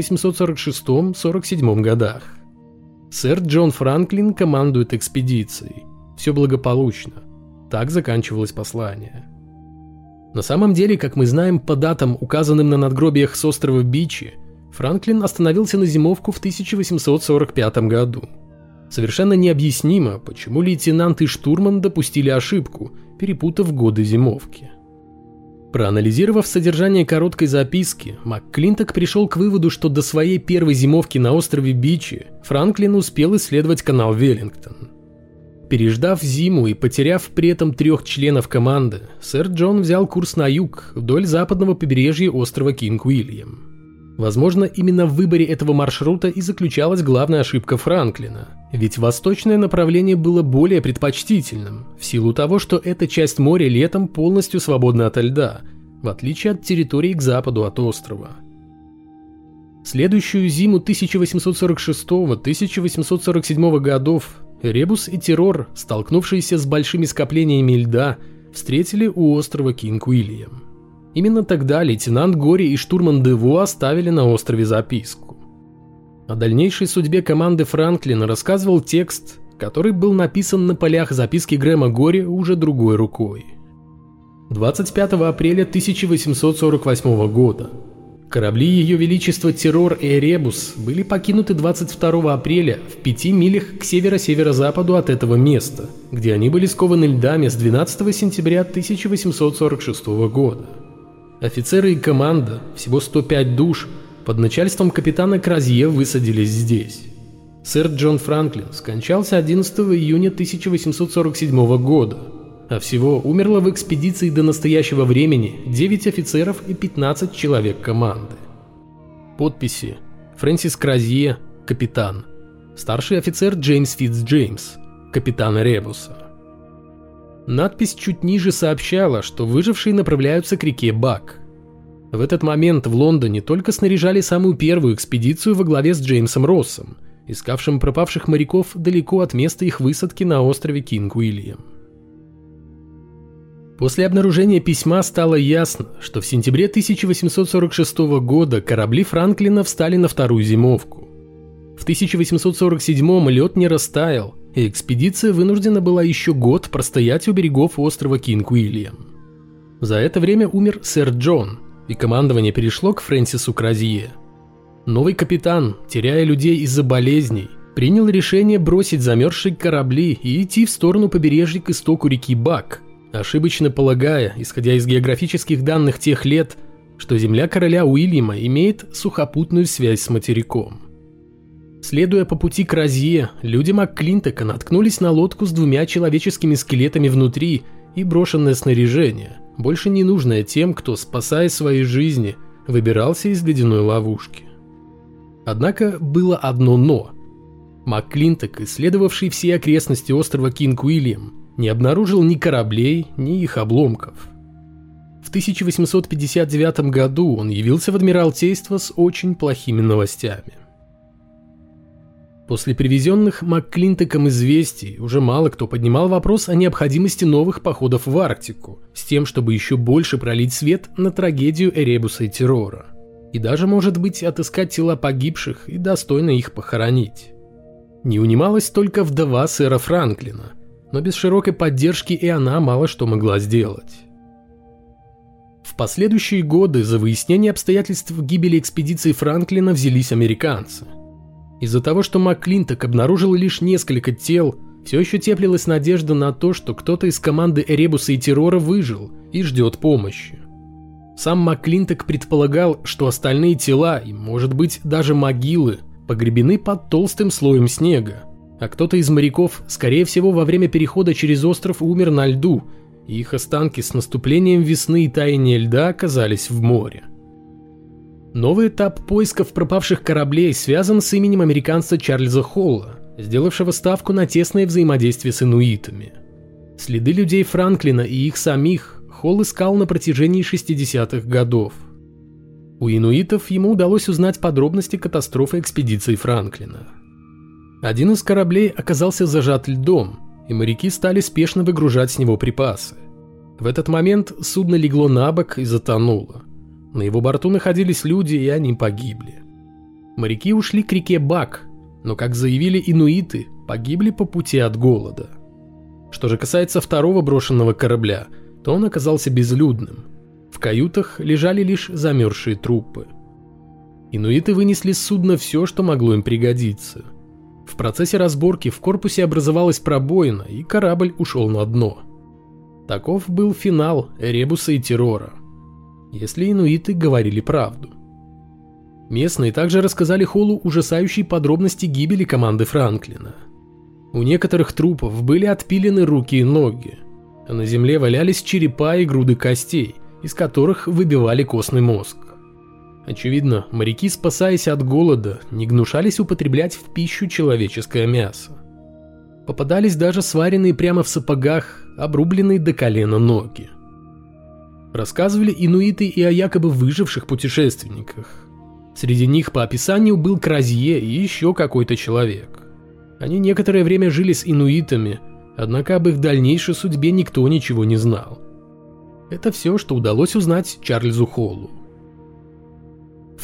1846-47 годах. Сэр Джон Франклин командует экспедицией. Все благополучно. Так заканчивалось послание. На самом деле, как мы знаем по датам, указанным на надгробиях с острова Бичи, Франклин остановился на зимовку в 1845 году. Совершенно необъяснимо, почему лейтенант и штурман допустили ошибку, перепутав годы зимовки. Проанализировав содержание короткой записки, МакКлинток пришел к выводу, что до своей первой зимовки на острове Бичи Франклин успел исследовать канал Веллингтон. Переждав зиму и потеряв при этом 3 членов команды, сэр Джон взял курс на юг, вдоль западного побережья острова Кинг-Уильям. Возможно, именно в выборе этого маршрута и заключалась главная ошибка Франклина, ведь восточное направление было более предпочтительным, в силу того, что эта часть моря летом полностью свободна ото льда, в отличие от территории к западу от острова. Следующую зиму 1846-1847 годов Эребус и Террор, столкнувшиеся с большими скоплениями льда, встретили у острова Кинг-Уильям. Именно тогда лейтенант Гори и штурман Дево оставили на острове записку. О дальнейшей судьбе команды Франклина рассказывал текст, который был написан на полях записки Грэма Гори уже другой рукой. 25 апреля 1848 года. Корабли Ее Величества Террор и Эребус были покинуты 22 апреля в 5 милях к северо-северо-западу от этого места, где они были скованы льдами с 12 сентября 1846 года. Офицеры и команда, всего 105 душ, под начальством капитана Кразье высадились здесь. Сэр Джон Франклин скончался 11 июня 1847 года, а всего умерло в экспедиции до настоящего времени 9 офицеров и 15 человек команды. Подписи: Фрэнсис Кразье, капитан; старший офицер Джеймс Фитцджеймс, капитан Эребуса. Надпись чуть ниже сообщала, что выжившие направляются к реке Бак. В этот момент в Лондоне только снаряжали самую первую экспедицию во главе с Джеймсом Россом, искавшим пропавших моряков далеко от места их высадки на острове Кинг-Уильям. После обнаружения письма стало ясно, что в сентябре 1846 года корабли Франклина встали на вторую зимовку. В 1847 лед не растаял, и экспедиция вынуждена была еще год простоять у берегов острова Кинг-Уильям. За это время умер сэр Джон, и командование перешло к Фрэнсису Кразье. Новый капитан, теряя людей из-за болезней, принял решение бросить замерзшие корабли и идти в сторону побережья к истоку реки Бак, ошибочно полагая, исходя из географических данных тех лет, что земля короля Уильяма имеет сухопутную связь с материком. Следуя по пути к Розье, люди МакКлинтока наткнулись на лодку с 2 человеческими скелетами внутри и брошенное снаряжение, больше не нужное тем, кто, спасая свои жизни, выбирался из ледяной ловушки. Однако было одно «но». МакКлинток, исследовавший все окрестности острова Кинг-Уильям, не обнаружил ни кораблей, ни их обломков. В 1859 году он явился в Адмиралтейство с очень плохими новостями. После привезенных МакКлинтоком известий уже мало кто поднимал вопрос о необходимости новых походов в Арктику, с тем, чтобы еще больше пролить свет на трагедию Эребуса и Террора. И даже, может быть, отыскать тела погибших и достойно их похоронить. Не унималась только вдова сэра Франклина, но без широкой поддержки и она мало что могла сделать. В последующие годы за выяснение обстоятельств гибели экспедиции Франклина взялись американцы. Из-за того, что МакКлинток обнаружил лишь несколько тел, все еще теплилась надежда на то, что кто-то из команды Эребуса и Террора выжил и ждет помощи. Сам МакКлинток предполагал, что остальные тела и, может быть, даже могилы погребены под толстым слоем снега, а кто-то из моряков, скорее всего, во время перехода через остров умер на льду, и их останки с наступлением весны и таяния льда оказались в море. Новый этап поисков пропавших кораблей связан с именем американца Чарльза Холла, сделавшего ставку на тесное взаимодействие с инуитами. Следы людей Франклина и их самих Холл искал на протяжении 60-х годов. У инуитов ему удалось узнать подробности катастрофы экспедиции Франклина. Один из кораблей оказался зажат льдом, и моряки стали спешно выгружать с него припасы. В этот момент судно легло на бок и затонуло. На его борту находились люди, и они погибли. Моряки ушли к реке Бак, но, как заявили инуиты, погибли по пути от голода. Что же касается второго брошенного корабля, то он оказался безлюдным. В каютах лежали лишь замерзшие трупы. Инуиты вынесли с судна все, что могло им пригодиться. В процессе разборки в корпусе образовалась пробоина, и корабль ушел на дно. Таков был финал Эребуса и Террора, если инуиты говорили правду. Местные также рассказали Холлу ужасающие подробности гибели команды Франклина. У некоторых трупов были отпилены руки и ноги, а на земле валялись черепа и груды костей, из которых выбивали костный мозг. Очевидно, моряки, спасаясь от голода, не гнушались употреблять в пищу человеческое мясо. Попадались даже сваренные прямо в сапогах, обрубленные до колена ноги. Рассказывали инуиты и о якобы выживших путешественниках. Среди них по описанию был Кразье и еще какой-то человек. Они некоторое время жили с инуитами, однако об их дальнейшей судьбе никто ничего не знал. Это все, что удалось узнать Чарльзу Холлу. В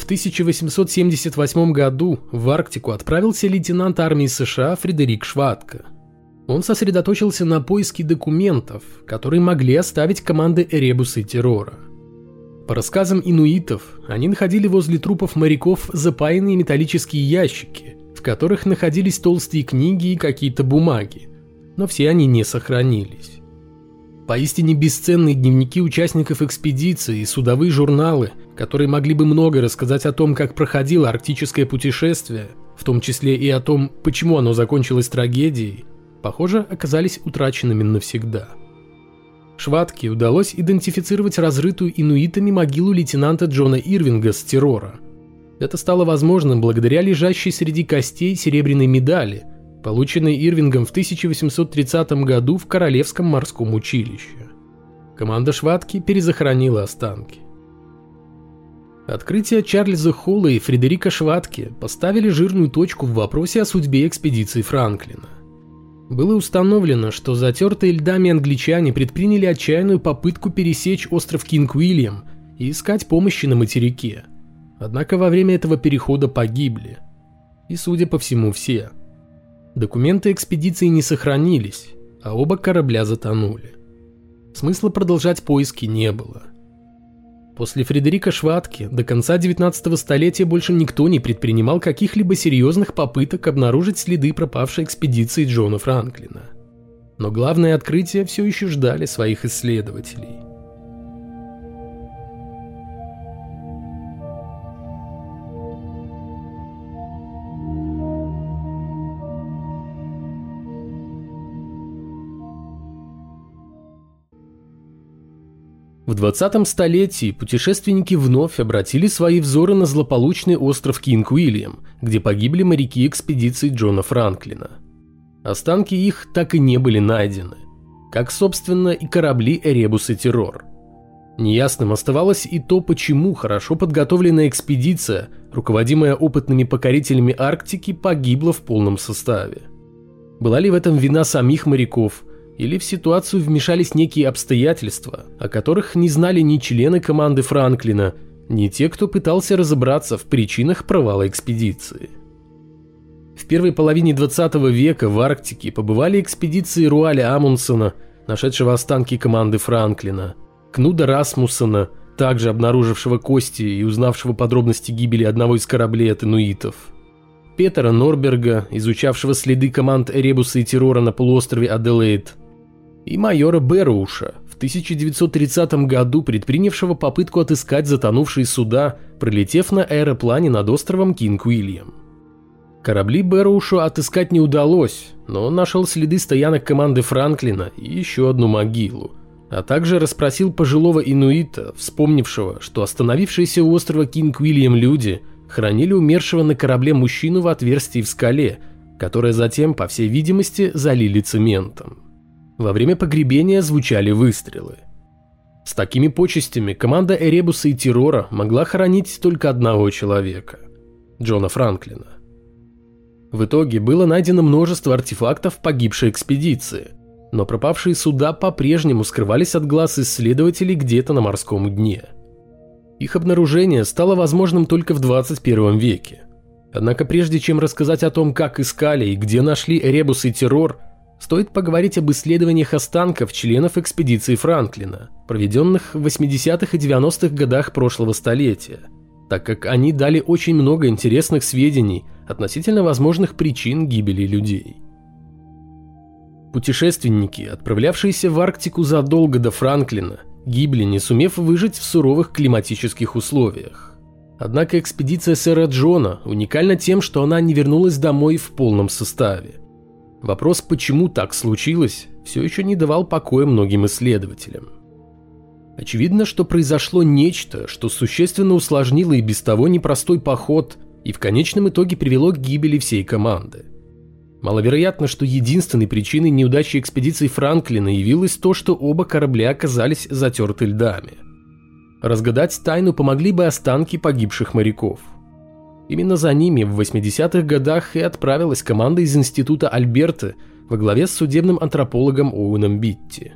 1878 году в Арктику отправился лейтенант армии США Фредерик Шватка. Он сосредоточился на поиске документов, которые могли оставить команды Эребуса и Террора. По рассказам инуитов, они находили возле трупов моряков запаянные металлические ящики, в которых находились толстые книги и какие-то бумаги, но все они не сохранились. Поистине бесценные дневники участников экспедиции и судовые журналы, которые могли бы много рассказать о том, как проходило арктическое путешествие, в том числе и о том, почему оно закончилось трагедией, похоже, оказались утраченными навсегда. Шватке удалось идентифицировать разрытую инуитами могилу лейтенанта Джона Ирвинга с Террора. Это стало возможным благодаря лежащей среди костей серебряной медали, полученной Ирвингом в 1830 году в Королевском морском училище. Команда Шватки перезахоронила останки. Открытия Чарльза Холла и Фредерика Шватки поставили жирную точку в вопросе о судьбе экспедиции Франклина. Было установлено, что затертые льдами англичане предприняли отчаянную попытку пересечь остров Кинг-Уильям и искать помощи на материке. Однако во время этого перехода погибли. И, судя по всему, все. Документы экспедиции не сохранились, а оба корабля затонули. Смысла продолжать поиски не было. После Фредерика Шватки до конца 19 столетия больше никто не предпринимал каких-либо серьезных попыток обнаружить следы пропавшей экспедиции Джона Франклина. Но главные открытия все еще ждали своих исследователей. В 20-м столетии путешественники вновь обратили свои взоры на злополучный остров Кинг-Уильям, где погибли моряки экспедиции Джона Франклина. Останки их так и не были найдены, как, собственно, и корабли Эребус и Террор. Неясным оставалось и то, почему хорошо подготовленная экспедиция, руководимая опытными покорителями Арктики, погибла в полном составе. Была ли в этом вина самих моряков, или в ситуацию вмешались некие обстоятельства, о которых не знали ни члены команды Франклина, ни те, кто пытался разобраться в причинах провала экспедиции. В первой половине 20 века в Арктике побывали экспедиции Руаля Амундсена, нашедшего останки команды Франклина, Кнуда Расмуссена, также обнаружившего кости и узнавшего подробности гибели одного из кораблей от инуитов, Петера Норберга, изучавшего следы команд Эребуса и Террора на полуострове Аделаид, и майора Берроуша, в 1930 году предпринявшего попытку отыскать затонувшие суда, пролетев на аэроплане над островом Кинг-Уильям. Корабли Берроушу отыскать не удалось, но он нашел следы стоянок команды Франклина и еще одну могилу, а также расспросил пожилого инуита, вспомнившего, что остановившиеся у острова Кинг-Уильям люди хранили умершего на корабле мужчину в отверстии в скале, которое затем, по всей видимости, залили цементом. Во время погребения звучали выстрелы. С такими почестями команда Эребуса и Террора могла хоронить только одного человека – Джона Франклина. В итоге было найдено множество артефактов погибшей экспедиции, но пропавшие суда по-прежнему скрывались от глаз исследователей где-то на морском дне. Их обнаружение стало возможным только в 21 веке. Однако прежде чем рассказать о том, как искали и где нашли Эребус и Террор, стоит поговорить об исследованиях останков членов экспедиции Франклина, проведенных в 80-х и 90-х годах прошлого столетия, так как они дали очень много интересных сведений относительно возможных причин гибели людей. Путешественники, отправлявшиеся в Арктику задолго до Франклина, гибли, не сумев выжить в суровых климатических условиях. Однако экспедиция сэра Джона уникальна тем, что она не вернулась домой в полном составе. Вопрос, почему так случилось, все еще не давал покоя многим исследователям. Очевидно, что произошло нечто, что существенно усложнило и без того непростой поход и в конечном итоге привело к гибели всей команды. Маловероятно, что единственной причиной неудачи экспедиции Франклина явилось то, что оба корабля оказались затерты льдами. Разгадать тайну помогли бы останки погибших моряков. Именно за ними в 80-х годах и отправилась команда из Института Альберты во главе с судебным антропологом Оуэном Битти.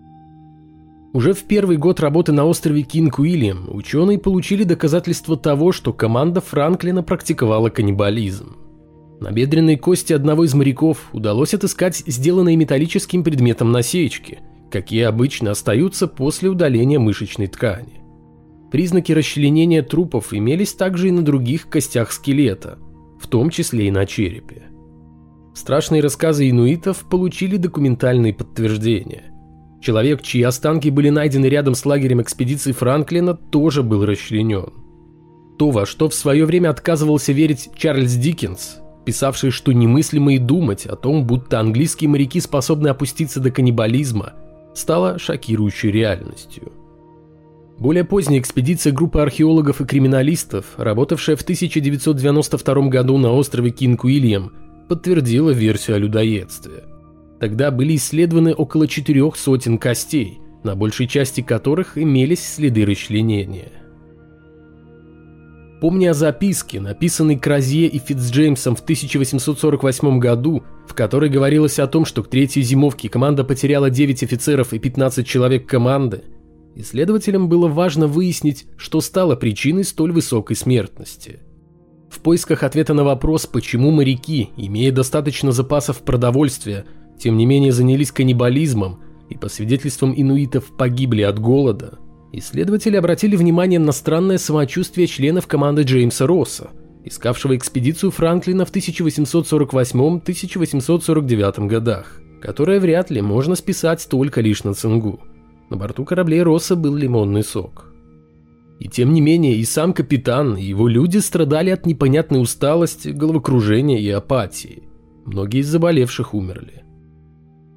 Уже в первый год работы на острове Кинг-Уильям ученые получили доказательства того, что команда Франклина практиковала каннибализм. Набедренные кости одного из моряков удалось отыскать сделанные металлическим предметом насечки, какие обычно остаются после удаления мышечной ткани. Признаки расчленения трупов имелись также и на других костях скелета, в том числе и на черепе. Страшные рассказы инуитов получили документальные подтверждения. Человек, чьи останки были найдены рядом с лагерем экспедиции Франклина, тоже был расчленен. То, во что в свое время отказывался верить Чарльз Диккенс, писавший, что немыслимо и думать о том, будто английские моряки способны опуститься до каннибализма, стало шокирующей реальностью. Более поздняя экспедиция группы археологов и криминалистов, работавшая в 1992 году на острове Кинг-Уильям, подтвердила версию о людоедстве. Тогда были исследованы около 400 костей, на большей части которых имелись следы расчленения. Помня о записке, написанной Кразье и Фицджеймсом в 1848 году, в которой говорилось о том, что к третьей зимовке команда потеряла 9 офицеров и 15 человек команды, исследователям было важно выяснить, что стало причиной столь высокой смертности. В поисках ответа на вопрос, почему моряки, имея достаточно запасов продовольствия, тем не менее занялись каннибализмом и, по свидетельствам инуитов, погибли от голода, исследователи обратили внимание на странное самочувствие членов команды Джеймса Росса, искавшего экспедицию Франклина в 1848-1849 годах, которое вряд ли можно списать только лишь на цингу. На борту кораблей Росса был лимонный сок. И тем не менее и сам капитан, и его люди страдали от непонятной усталости, головокружения и апатии. Многие из заболевших умерли.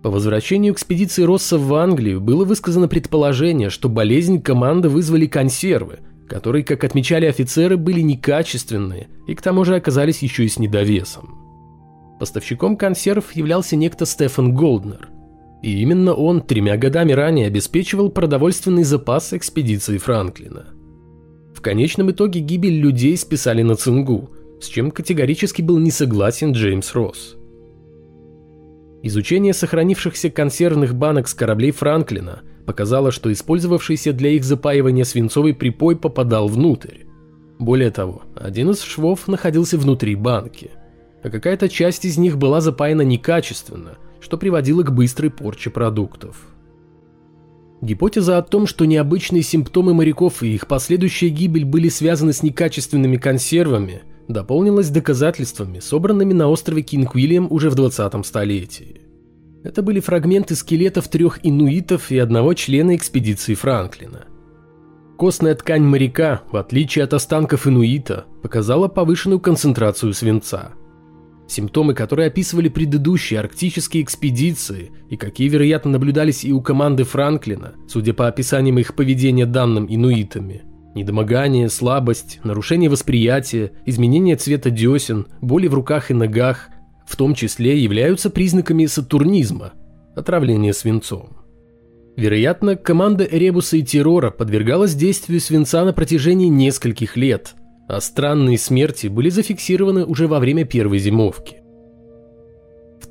По возвращению экспедиции Росса в Англию было высказано предположение, что болезнь команды вызвали консервы, которые, как отмечали офицеры, были некачественные и к тому же оказались еще и с недовесом. Поставщиком консервов являлся некто Стефан Голднер, и именно он 3 годами ранее обеспечивал продовольственный запас экспедиции Франклина. В конечном итоге гибель людей списали на цингу, с чем категорически был не согласен Джеймс Росс. Изучение сохранившихся консервных банок с кораблей Франклина показало, что использовавшийся для их запаивания свинцовый припой попадал внутрь. Более того, один из швов находился внутри банки, а какая-то часть из них была запаяна некачественно, что приводило к быстрой порче продуктов. Гипотеза о том, что необычные симптомы моряков и их последующая гибель были связаны с некачественными консервами, дополнилась доказательствами, собранными на острове Кинг-Уильям уже в 20-м столетии. Это были фрагменты скелетов 3 инуитов и 1 члена экспедиции Франклина. Костная ткань моряка, в отличие от останков инуита, показала повышенную концентрацию свинца. Симптомы, которые описывали предыдущие арктические экспедиции и какие, вероятно, наблюдались и у команды Франклина, судя по описаниям их поведения данным инуитами: недомогание, слабость, нарушение восприятия, изменение цвета десен, боли в руках и ногах, в том числе являются признаками сатурнизма, отравления свинцом. Вероятно, команда Эребуса и Террора подвергалась действию свинца на протяжении нескольких лет, а странные смерти были зафиксированы уже во время первой зимовки. В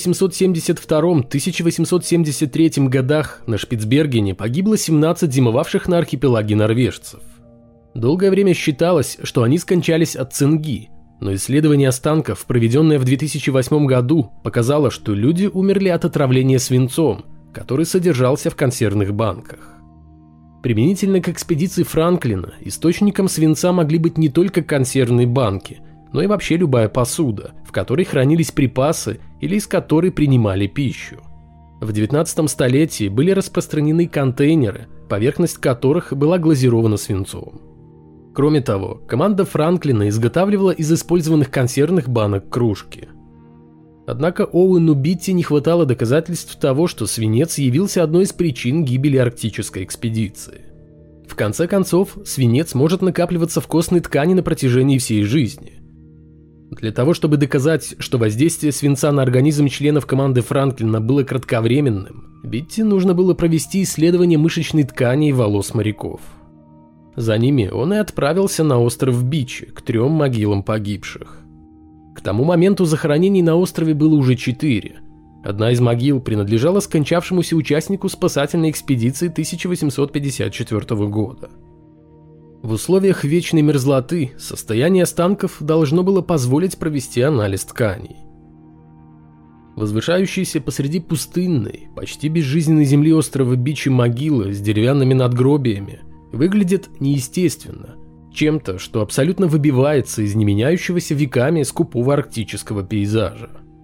1872-1873 годах на Шпицбергене погибло 17 зимовавших на архипелаге норвежцев. Долгое время считалось, что они скончались от цинги, но исследование останков, проведенное в 2008 году, показало, что люди умерли от отравления свинцом, который содержался в консервных банках. Применительно к экспедиции Франклина источником свинца могли быть не только консервные банки, но и вообще любая посуда, в которой хранились припасы или из которой принимали пищу. В 19 столетии были распространены контейнеры, поверхность которых была глазирована свинцом. Кроме того, команда Франклина изготавливала из использованных консервных банок кружки. Однако Оуэну Битти не хватало доказательств того, что свинец явился одной из причин гибели арктической экспедиции. В конце концов, свинец может накапливаться в костной ткани на протяжении всей жизни. Для того, чтобы доказать, что воздействие свинца на организм членов команды Франклина было кратковременным, Битти нужно было провести исследование мышечной ткани и волос моряков. За ними он и отправился на остров Бичи, к 3 могилам погибших. К тому моменту захоронений на острове было уже 4. Одна из могил принадлежала скончавшемуся участнику спасательной экспедиции 1854 года. В условиях вечной мерзлоты состояние останков должно было позволить провести анализ тканей. Возвышающиеся посреди пустынной, почти безжизненной земли острова Бичи могилы с деревянными надгробиями выглядят неестественно, чем-то, что абсолютно выбивается из неменяющегося веками скупого арктического пейзажа.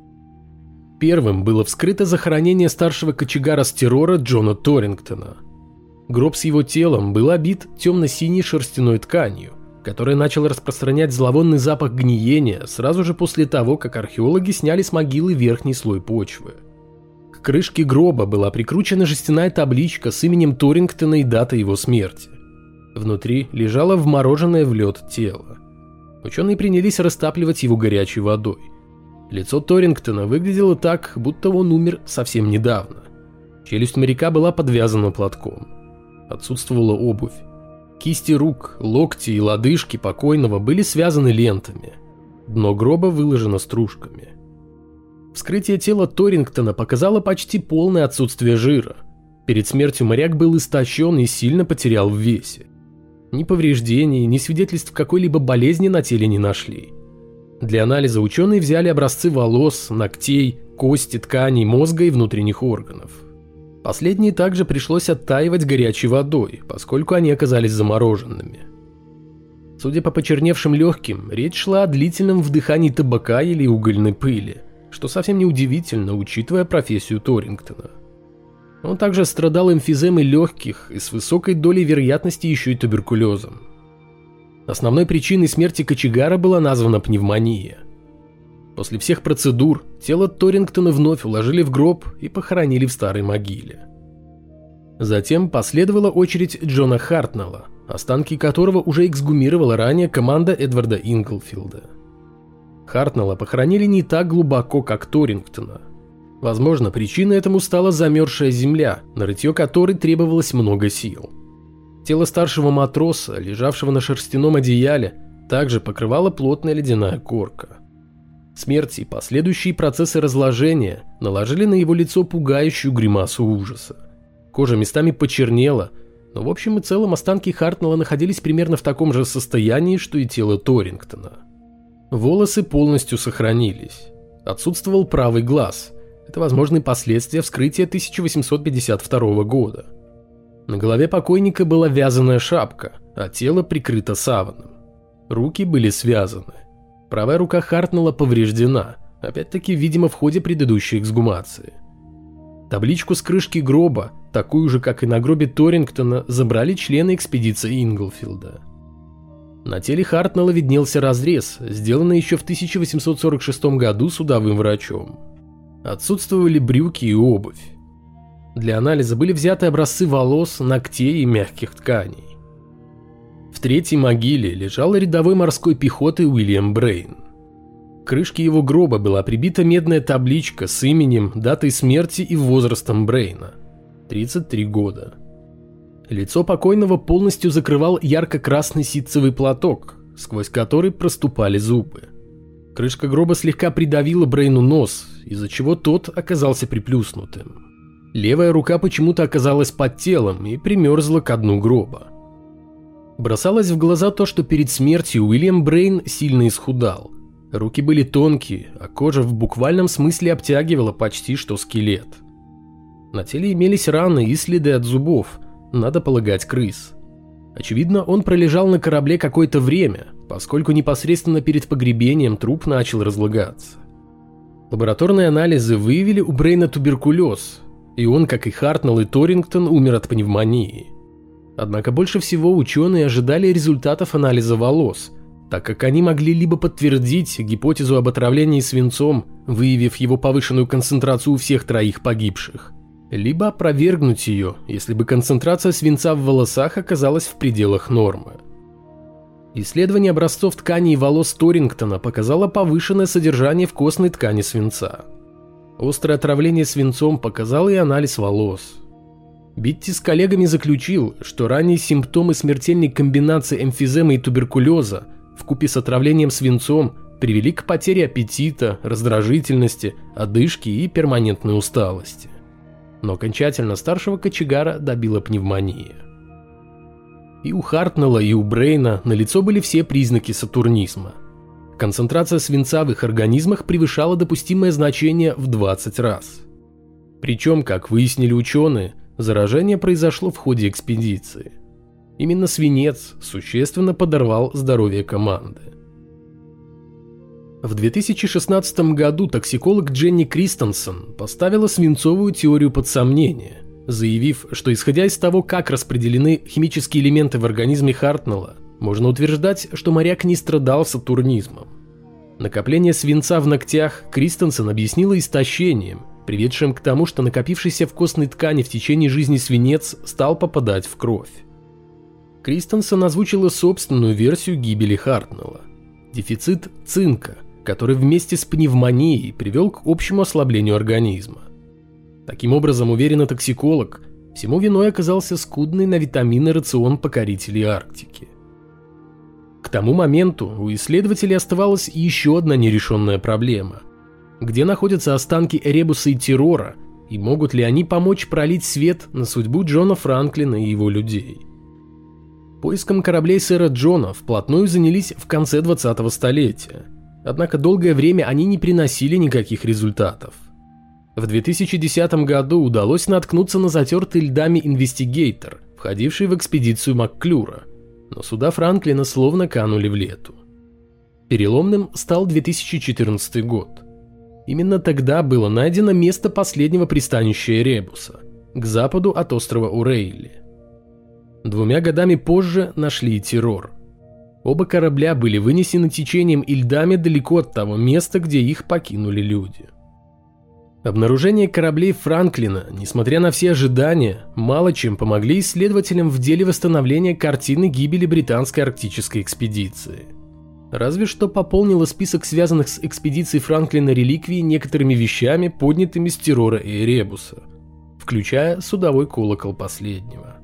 Первым было вскрыто захоронение старшего кочегара с Террора Джона Торрингтона. Гроб с его телом был обит темно-синей шерстяной тканью, которая начала распространять зловонный запах гниения сразу же после того, как археологи сняли с могилы верхний слой почвы. К крышке гроба была прикручена жестяная табличка с именем Торрингтона и датой его смерти. Внутри лежало вмороженное в лед тело. Ученые принялись растапливать его горячей водой. Лицо Торрингтона выглядело так, будто он умер совсем недавно. Челюсть моряка была подвязана платком. Отсутствовала обувь. Кисти рук, локти и лодыжки покойного были связаны лентами. Дно гроба выложено стружками. Вскрытие тела Торрингтона показало почти полное отсутствие жира. Перед смертью моряк был истощен и сильно потерял в весе. Ни повреждений, ни свидетельств какой-либо болезни на теле не нашли. Для анализа ученые взяли образцы волос, ногтей, кости, тканей, мозга и внутренних органов. Последние также пришлось оттаивать горячей водой, поскольку они оказались замороженными. Судя по почерневшим легким, речь шла о длительном вдыхании табака или угольной пыли, что совсем неудивительно, учитывая профессию Торрингтона. Он также страдал эмфиземой легких и с высокой долей вероятности еще и туберкулезом. Основной причиной смерти кочегара была названа пневмония. После всех процедур тело Торингтона вновь уложили в гроб и похоронили в старой могиле. Затем последовала очередь Джона Хартнелла, останки которого уже эксгумировала ранее команда Эдварда Инглфилда. Хартнелла похоронили не так глубоко, как Торингтона. Возможно, причиной этому стала замерзшая земля, на рытье которой требовалось много сил. Тело старшего матроса, лежавшего на шерстяном одеяле, также покрывала плотная ледяная корка. Смерть и последующие процессы разложения наложили на его лицо пугающую гримасу ужаса. Кожа местами почернела, но в общем и целом останки Хартнелла находились примерно в таком же состоянии, что и тело Торингтона. Волосы полностью сохранились. Отсутствовал правый глаз. Это возможные последствия вскрытия 1852 года. На голове покойника была вязаная шапка, а тело прикрыто саваном. Руки были связаны. Правая рука Хартнелла повреждена, опять-таки, видимо, в ходе предыдущей эксгумации. Табличку с крышки гроба, такую же, как и на гробе Торингтона, забрали члены экспедиции Инглфилда. На теле Хартнелла виднелся разрез, сделанный еще в 1846 году судовым врачом. Отсутствовали брюки и обувь. Для анализа были взяты образцы волос, ногтей и мягких тканей. В третьей могиле лежал рядовой морской пехоты Уильям Брейн. К крышке его гроба была прибита медная табличка с именем, датой смерти и возрастом Брейна – 33 года. Лицо покойного полностью закрывал ярко-красный ситцевый платок, сквозь который проступали зубы. Крышка гроба слегка придавила Брейну нос, из-за чего тот оказался приплюснутым. Левая рука почему-то оказалась под телом и примерзла к дну гроба. Бросалось в глаза то, что перед смертью Уильям Брейн сильно исхудал. Руки были тонкие, а кожа в буквальном смысле обтягивала почти что скелет. На теле имелись раны и следы от зубов, надо полагать, крыс. Очевидно, он пролежал на корабле какое-то время, поскольку непосредственно перед погребением труп начал разлагаться. Лабораторные анализы выявили у Брейна туберкулез, и он, как и Хартнелл и Торингтон, умер от пневмонии. Однако больше всего ученые ожидали результатов анализа волос, так как они могли либо подтвердить гипотезу об отравлении свинцом, выявив его повышенную концентрацию у всех троих погибших, либо опровергнуть ее, если бы концентрация свинца в волосах оказалась в пределах нормы. Исследование образцов тканей и волос Торингтона показало повышенное содержание в костной ткани свинца. Острое отравление свинцом показал и анализ волос. Битти с коллегами заключил, что ранние симптомы смертельной комбинации эмфиземы и туберкулеза вкупе с отравлением свинцом привели к потере аппетита, раздражительности, одышки и перманентной усталости. Но окончательно старшего кочегара добила пневмония. И у Хартнелла, и у Брейна налицо были все признаки сатурнизма. Концентрация свинца в их организмах превышала допустимое значение в 20 раз. Причем, как выяснили ученые, заражение произошло в ходе экспедиции. Именно свинец существенно подорвал здоровье команды. В 2016 году токсиколог Дженни Кристенсен поставила свинцовую теорию под сомнение, заявив, что исходя из того, как распределены химические элементы в организме Хартнелла, можно утверждать, что моряк не страдал сатурнизмом. Накопление свинца в ногтях Кристенсен объяснила истощением, приведшим к тому, что накопившийся в костной ткани в течение жизни свинец стал попадать в кровь. Кристенсен озвучила собственную версию гибели Хартнелла – дефицит цинка, который вместе с пневмонией привел к общему ослаблению организма. Таким образом, уверена токсиколог, всему виной оказался скудный на витамины рацион покорителей Арктики. К тому моменту у исследователей оставалась еще одна нерешенная проблема – где находятся останки Эребуса и Террора, и могут ли они помочь пролить свет на судьбу Джона Франклина и его людей. Поиском кораблей сэра Джона вплотную занялись в конце 20-го столетия, однако долгое время они не приносили никаких результатов. В 2010 году удалось наткнуться на затертый льдами инвестигейтор, входивший в экспедицию Макклюра, но суда Франклина словно канули в лету. Переломным стал 2014 год. Именно тогда было найдено место последнего пристанища Эребуса, к западу от острова Урейли. 2 годами позже нашли и Террор. Оба корабля были вынесены течением и льдами далеко от того места, где их покинули люди. Обнаружение кораблей Франклина, несмотря на все ожидания, мало чем помогли исследователям в деле восстановления картины гибели британской арктической экспедиции. Разве что пополнило список связанных с экспедицией Франклина реликвий некоторыми вещами, поднятыми с террора Эребуса, включая судовой колокол последнего.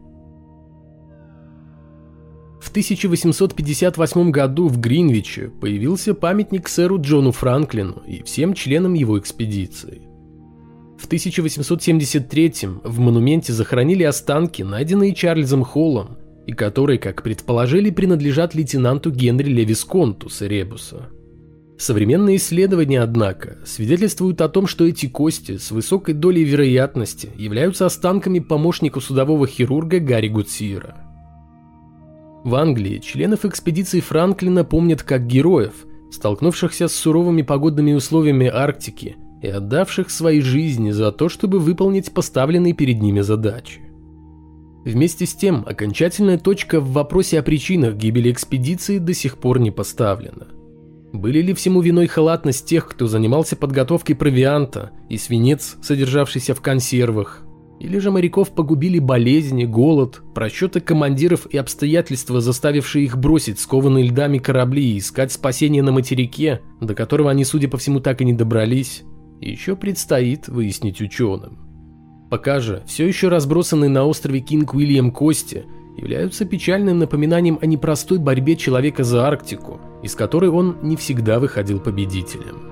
В 1858 году в Гринвиче появился памятник сэру Джону Франклину и всем членам его экспедиции. В 1873 в монументе захоронили останки, найденные Чарльзом Холлом, и которые, как предположили, принадлежат лейтенанту Генри Ле-Висконту с Эребуса. Современные исследования, однако, свидетельствуют о том, что эти кости с высокой долей вероятности являются останками помощника судового хирурга Гарри Гутсира. В Англии членов экспедиции Франклина помнят как героев, столкнувшихся с суровыми погодными условиями Арктики и отдавших свои жизни за то, чтобы выполнить поставленные перед ними задачи. Вместе с тем, окончательная точка в вопросе о причинах гибели экспедиции до сих пор не поставлена. Были ли всему виной халатность тех, кто занимался подготовкой провианта и свинец, содержавшийся в консервах, или же моряков погубили болезни, голод, просчеты командиров и обстоятельства, заставившие их бросить скованные льдами корабли и искать спасения на материке, до которого они, судя по всему, так и не добрались, еще предстоит выяснить ученым. Пока же все еще разбросанные на острове Кинг-Уильям кости являются печальным напоминанием о непростой борьбе человека за Арктику, из которой он не всегда выходил победителем.